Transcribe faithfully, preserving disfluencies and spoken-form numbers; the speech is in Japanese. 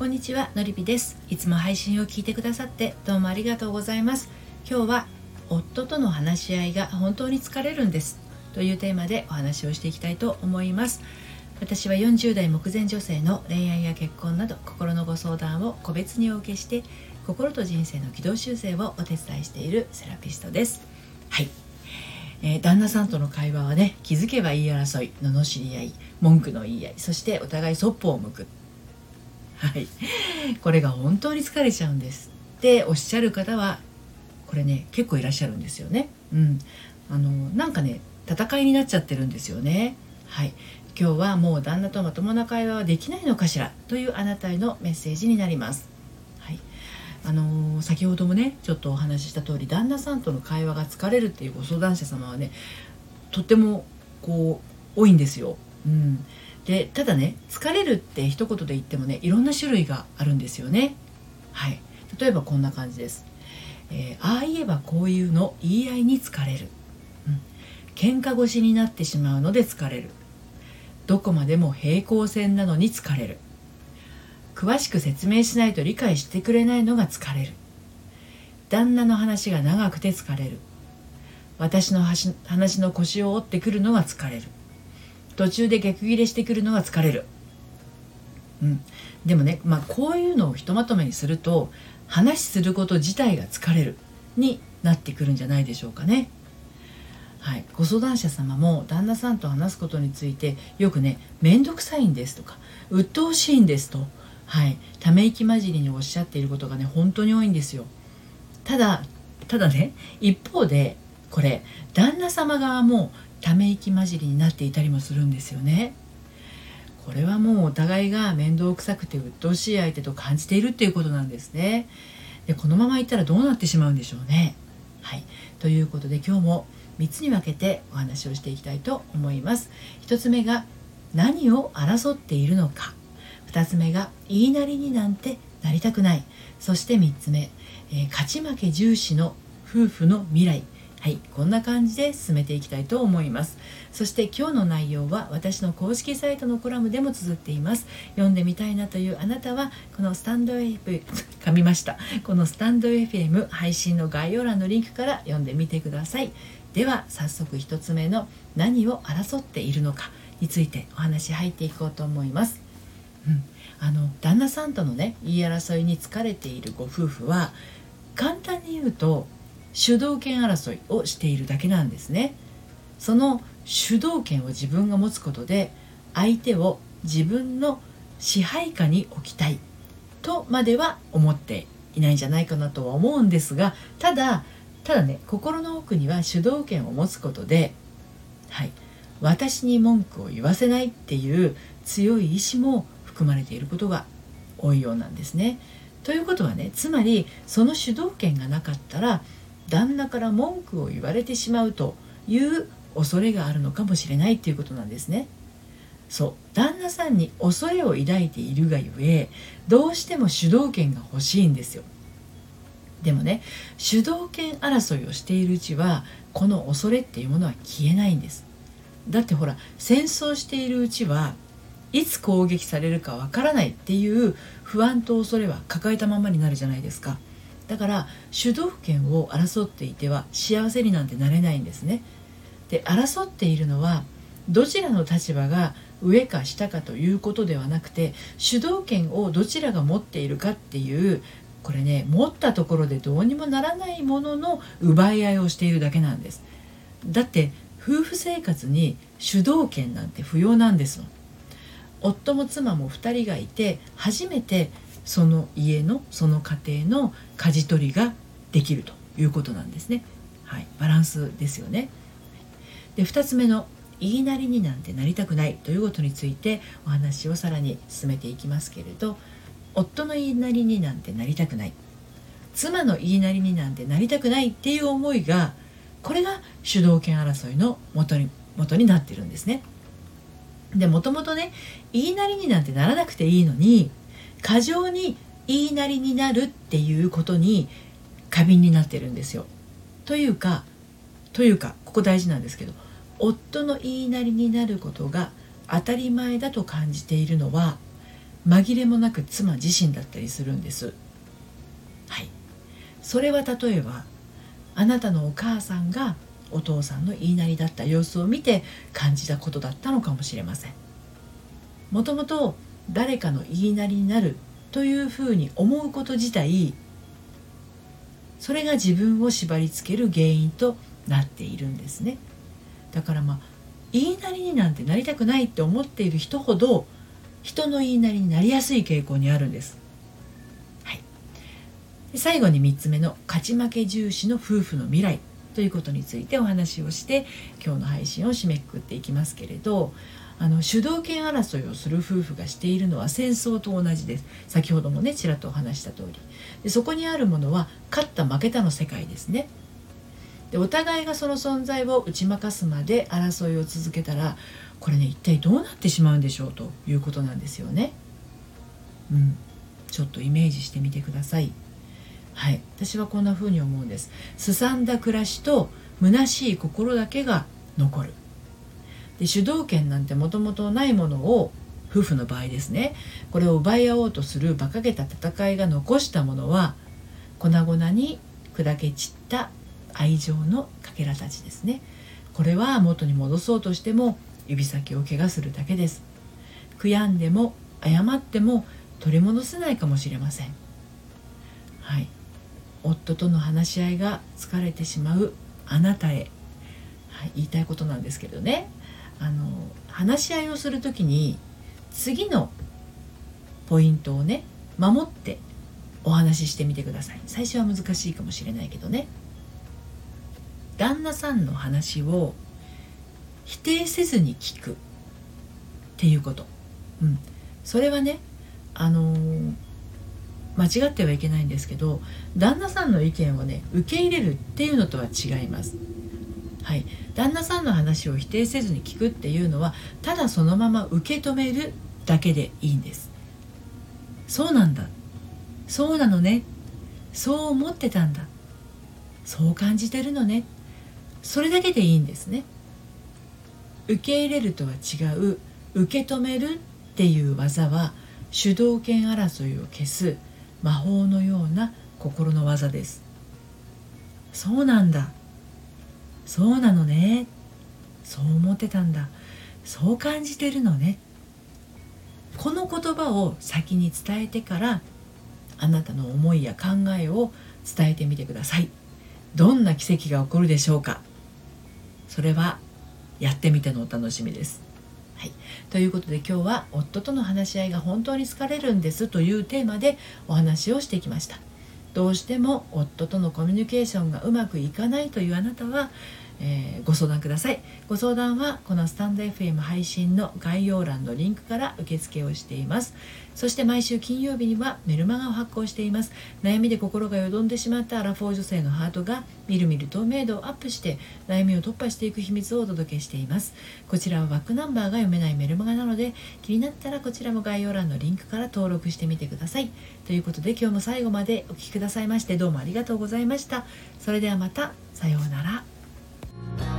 こんにちは、のりぴです。いつも配信を聞いてくださってどうもありがとうございます。今日は夫との話し合いが本当に疲れるんですというテーマでお話をしていきたいと思います。私はよんじゅう代目前女性の恋愛や結婚など心のご相談を個別にお受けして、心と人生の軌道修正をお手伝いしているセラピストです。はい、えー、旦那さんとの会話はね、気づけば言い争い、罵り合い、文句の言い合い、そしてお互いそっぽを向く。はい、これが本当に疲れちゃうんですっておっしゃる方は、これね結構いらっしゃるんですよね。うん、あのなんかね戦いになっちゃってるんですよね。はい、今日はもう旦那とまともな会話はできないのかしらというあなたへのメッセージになります。はい、あのー、先ほどもねちょっとお話しした通り、旦那さんとの会話が疲れるっていうご相談者様はねとってもこう多いんですよ。うんでただね、疲れるって一言で言ってもね、いろんな種類があるんですよね。はい、例えばこんな感じです。えー、ああ言えばこういうの言い合いに疲れる、うん、喧嘩腰になってしまうので疲れる、どこまでも平行線なのに疲れる、詳しく説明しないと理解してくれないのが疲れる、旦那の話が長くて疲れる、私の話の腰を折ってくるのが疲れる、途中で逆ギレしてくるのが疲れる。うん、でもね、まあ、こういうのをひとまとめにすると、話すること自体が疲れるになってくるんじゃないでしょうかね。はい、ご相談者様も旦那さんと話すことについてよくね、めんどくさいんですとか、鬱陶しいんですと、はい、ため息混じりにおっしゃっていることがね本当に多いんですよ。ただただね、一方でこれ旦那様側もため息混じりになっていたりもするんですよね。これはもうお互いが面倒くさくて鬱陶しい相手と感じているっていうことなんですね。でこのままいったらどうなってしまうんでしょうね。はい、ということで今日もみっつに分けてお話をしていきたいと思います。ひとつめが何を争っているのか、ふたつめが言いなりになんてなりたくない、そしてみっつめ、えー、勝ち負け重視の夫婦の未来。はい、こんな感じで進めていきたいと思います。そして今日の内容は私の公式サイトのコラムでも綴っています。読んでみたいなというあなたはこのスタンド エフエム 噛みましたこのスタンド エフエム 配信の概要欄のリンクから読んでみてください。では早速ひとつめの何を争っているのかについてお話入っていこうと思います。うん、あの旦那さんとのね言い争いに疲れているご夫婦は、簡単に言うと主導権争いをしているだけなんですね。その主導権を自分が持つことで、相手を自分の支配下に置きたいとまでは思っていないんじゃないかなとは思うんですが、ただただね、心の奥には主導権を持つことで、はい、私に文句を言わせないっていう強い意志も含まれていることが多いようなんですね。ということはね、つまりその主導権がなかったら旦那から文句を言われてしまうという恐れがあるのかもしれないということなんですね。そう、旦那さんに恐れを抱いているがゆえ、どうしても主導権が欲しいんですよ。でもね、主導権争いをしているうちはこの恐れっていうものは消えないんです。だってほら、戦争しているうちはいつ攻撃されるかわからないっていう不安と恐れは抱えたままになるじゃないですか。だから主導権を争っていては幸せになんてなれないんですね。で、争っているのはどちらの立場が上か下かということではなくて、主導権をどちらが持っているかっていう、これね、持ったところでどうにもならないものの奪い合いをしているだけなんです。だって夫婦生活に主導権なんて不要なんですもん。夫も妻もふたりがいて初めてその家のその家庭の舵取りができるということなんですね。はい、バランスですよね。で、ふたつめの言いなりになんてなりたくないということについてお話をさらに進めていきますけれど、夫の言いなりになんてなりたくない、妻の言いなりになんてなりたくないっていう思いが、これが主導権争いの元に元になっているんですね。で、もともとね、言いなりになんてならなくていいのに過剰に言いなりになるっていうことに過敏になってるんですよ。というかというかここ大事なんですけど、夫の言いなりになることが当たり前だと感じているのは、 紛れもなく妻自身だったりするんです。はい、それは例えばあなたのお母さんがお父さんの言いなりだった様子を見て感じたことだったのかもしれません。もともと誰かの言いなりになるというふうに思うこと自体、それが自分を縛り付ける原因となっているんですね。だからまあ言いなりになんてなりたくないって思っている人ほど人の言いなりになりやすい傾向にあるんです。はい、で最後にみっつめの勝ち負け重視の夫婦の未来ということについてお話をして今日の配信を締めくくっていきますけれど、あの主導権争いをする夫婦がしているのは戦争と同じです。先ほどもねちらっとお話した通りで、そこにあるものは勝った負けたの世界ですね。でお互いがその存在を打ち負かすまで争いを続けたら、これね一体どうなってしまうんでしょうということなんですよね。うん、ちょっとイメージしてみてください。はい、私はこんな風に思うんです。すさんだ暮らしと虚しい心だけが残る。で主導権なんてもともとないものを、夫婦の場合ですね、これを奪い合おうとする馬鹿げた戦いが残したものは粉々に砕け散った愛情のかけらたちですね。これは元に戻そうとしても指先を怪我するだけです。悔やんでも謝っても取り戻せないかもしれません。はい、夫との話し合いが疲れてしまうあなたへ、はい、言いたいことなんですけどね、あの話し合いをするときに次のポイントをね守ってお話ししてみてください。最初は難しいかもしれないけどね、旦那さんの話を否定せずに聞くっていうこと、うん、それはね、あのー、間違ってはいけないんですけど、旦那さんの意見をね受け入れるっていうのとは違います。はい、旦那さんの話を否定せずに聞くっていうのはただそのまま受け止めるだけでいいんです。そうなんだ、そうなのね、そう思ってたんだ、そう感じてるのね、それだけでいいんですね。受け入れるとは違う受け止めるっていう技は主導権争いを消す魔法のような心の技です。そうなんだ、そうなのね、そう思ってたんだ、そう感じてるのね。この言葉を先に伝えてからあなたの思いや考えを伝えてみてください。どんな奇跡が起こるでしょうか。それはやってみてのお楽しみです。はい、ということで今日は夫との話し合いが本当に疲れるんですというテーマでお話をしてきました。どうしても夫とのコミュニケーションがうまくいかないというあなたは、えー、ご相談ください。ご相談はこのスタンド エフエム 配信の概要欄のリンクから受付をしています。そして毎週金曜日にはメルマガを発行しています。悩みで心がよどんでしまったアラフォー女性のハートがみるみる透明度をアップして悩みを突破していく秘密をお届けしています。こちらはバックナンバーが読めないメルマガなので、気になったらこちらも概要欄のリンクから登録してみてください。ということで今日も最後までお聞きくださいましてどうもありがとうございました。それではまた、さようなら。